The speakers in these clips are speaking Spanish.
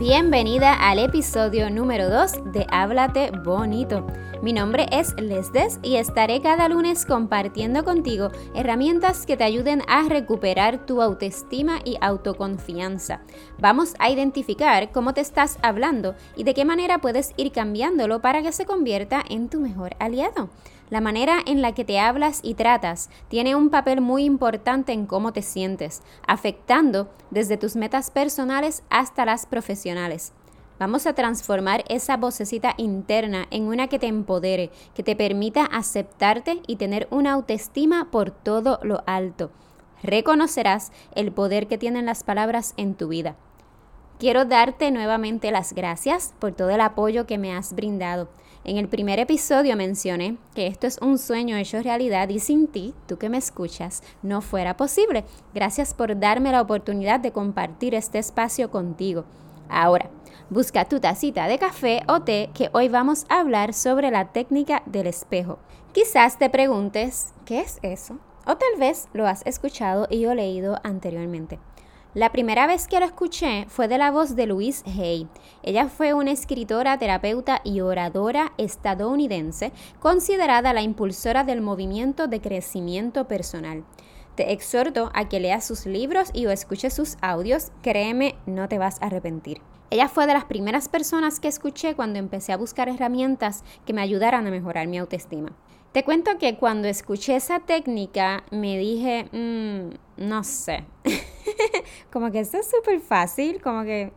Bienvenida al episodio número 2 de Háblate Bonito. Mi nombre es Lesdes y estaré cada lunes compartiendo contigo herramientas que te ayuden a recuperar tu autoestima y autoconfianza. Vamos a identificar cómo te estás hablando y de qué manera puedes ir cambiándolo para que se convierta en tu mejor aliado. La manera en la que te hablas y tratas tiene un papel muy importante en cómo te sientes, afectando desde tus metas personales hasta las profesionales. Vamos a transformar esa vocecita interna en una que te empodere, que te permita aceptarte y tener una autoestima por todo lo alto. Reconocerás el poder que tienen las palabras en tu vida. Quiero darte nuevamente las gracias por todo el apoyo que me has brindado. En el primer episodio mencioné que esto es un sueño hecho realidad y sin ti, tú que me escuchas, no fuera posible. Gracias por darme la oportunidad de compartir este espacio contigo. Ahora, busca tu tacita de café o té que hoy vamos a hablar sobre la técnica del espejo. Quizás te preguntes, ¿qué es eso? O tal vez lo has escuchado y o leído anteriormente. La primera vez que lo escuché fue de la voz de Louise Hay. Ella fue una escritora, terapeuta y oradora estadounidense, considerada la impulsora del movimiento de crecimiento personal. Te exhorto a que leas sus libros y o escuches sus audios, créeme, no te vas a arrepentir. Ella fue de las primeras personas que escuché cuando empecé a buscar herramientas que me ayudaran a mejorar mi autoestima. Te cuento que cuando escuché esa técnica me dije, no sé, como que esto es súper fácil, como que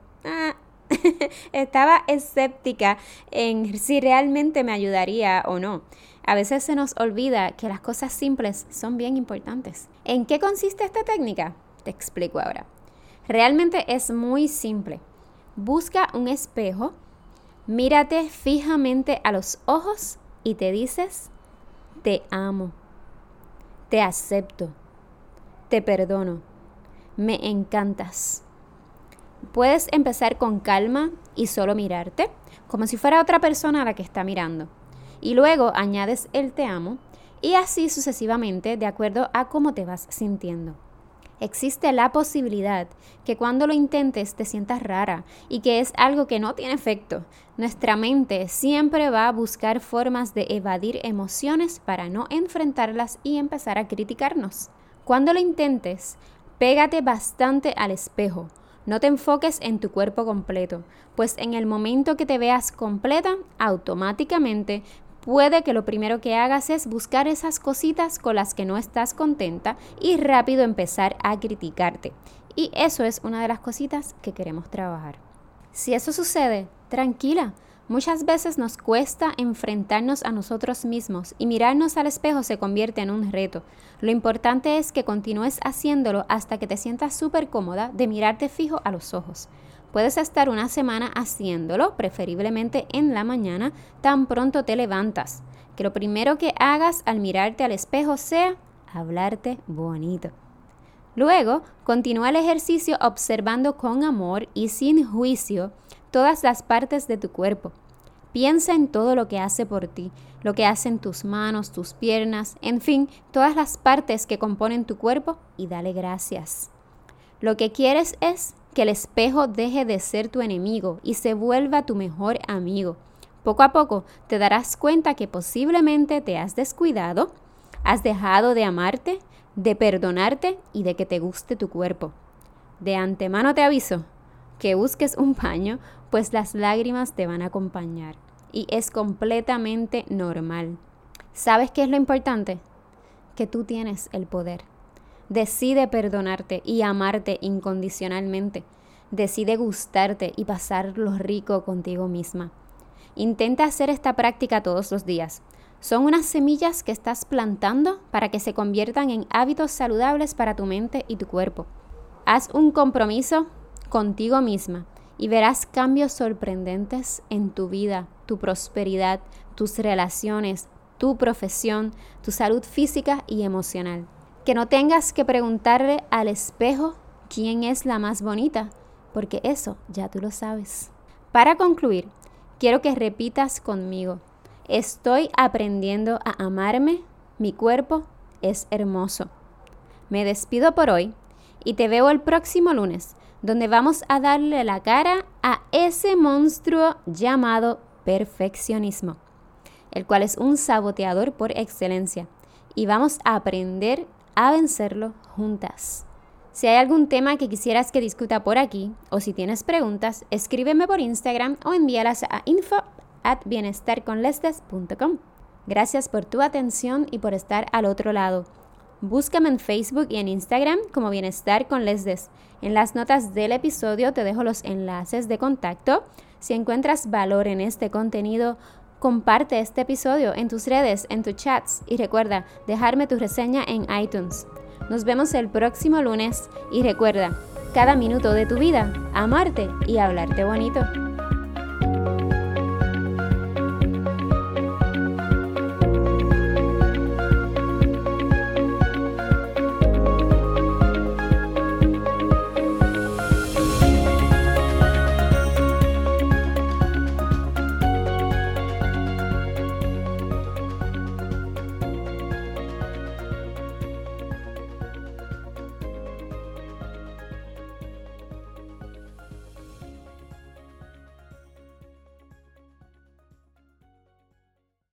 estaba escéptica en si realmente me ayudaría o no. A veces se nos olvida que las cosas simples son bien importantes. ¿En qué consiste esta técnica? Te explico ahora. Realmente es muy simple. Busca un espejo, mírate fijamente a los ojos y te dices: te amo, te acepto, te perdono, me encantas. Puedes empezar con calma y solo mirarte, como si fuera otra persona a la que está mirando. Y luego añades el te amo y así sucesivamente de acuerdo a cómo te vas sintiendo. Existe la posibilidad que cuando lo intentes te sientas rara y que es algo que no tiene efecto. Nuestra mente siempre va a buscar formas de evadir emociones para no enfrentarlas y empezar a criticarnos. Cuando lo intentes, pégate bastante al espejo. No te enfoques en tu cuerpo completo, pues en el momento que te veas completa, automáticamente puede que lo primero que hagas es buscar esas cositas con las que no estás contenta y rápido empezar a criticarte. Y eso es una de las cositas que queremos trabajar. Si eso sucede, tranquila. Muchas veces nos cuesta enfrentarnos a nosotros mismos y mirarnos al espejo se convierte en un reto. Lo importante es que continúes haciéndolo hasta que te sientas súper cómoda de mirarte fijo a los ojos. Puedes estar una semana haciéndolo, preferiblemente en la mañana, tan pronto te levantas. Que lo primero que hagas al mirarte al espejo sea hablarte bonito. Luego, continúa el ejercicio observando con amor y sin juicio todas las partes de tu cuerpo. Piensa en todo lo que hace por ti, lo que hacen tus manos, tus piernas, en fin, todas las partes que componen tu cuerpo y dale gracias. Lo que quieres es que el espejo deje de ser tu enemigo y se vuelva tu mejor amigo. Poco a poco te darás cuenta que posiblemente te has descuidado, has dejado de amarte, de perdonarte y de que te guste tu cuerpo. De antemano te aviso que busques un paño, pues las lágrimas te van a acompañar y es completamente normal. ¿Sabes qué es lo importante? Que tú tienes el poder. Decide perdonarte y amarte incondicionalmente. Decide gustarte y pasarlo rico contigo misma. Intenta hacer esta práctica todos los días. Son unas semillas que estás plantando para que se conviertan en hábitos saludables para tu mente y tu cuerpo. Haz un compromiso contigo misma y verás cambios sorprendentes en tu vida, tu prosperidad, tus relaciones, tu profesión, tu salud física y emocional. Que no tengas que preguntarle al espejo quién es la más bonita, porque eso ya tú lo sabes. Para concluir, quiero que repitas conmigo: estoy aprendiendo a amarme, mi cuerpo es hermoso. Me despido por hoy y te veo el próximo lunes, donde vamos a darle la cara a ese monstruo llamado perfeccionismo, el cual es un saboteador por excelencia, y vamos a aprender a vencerlo juntas. Si hay algún tema que quisieras que discuta por aquí, o si tienes preguntas, escríbeme por Instagram o envíalas a info@bienestarconlesdes.com. Gracias por tu atención y por estar al otro lado. Búscame en Facebook y en Instagram como Bienestar con Lesdes. En las notas del episodio te dejo los enlaces de contacto. Si encuentras valor en este contenido, comparte este episodio en tus redes, en tus chats y recuerda dejarme tu reseña en iTunes. Nos vemos el próximo lunes y recuerda, cada minuto de tu vida, amarte y hablarte bonito.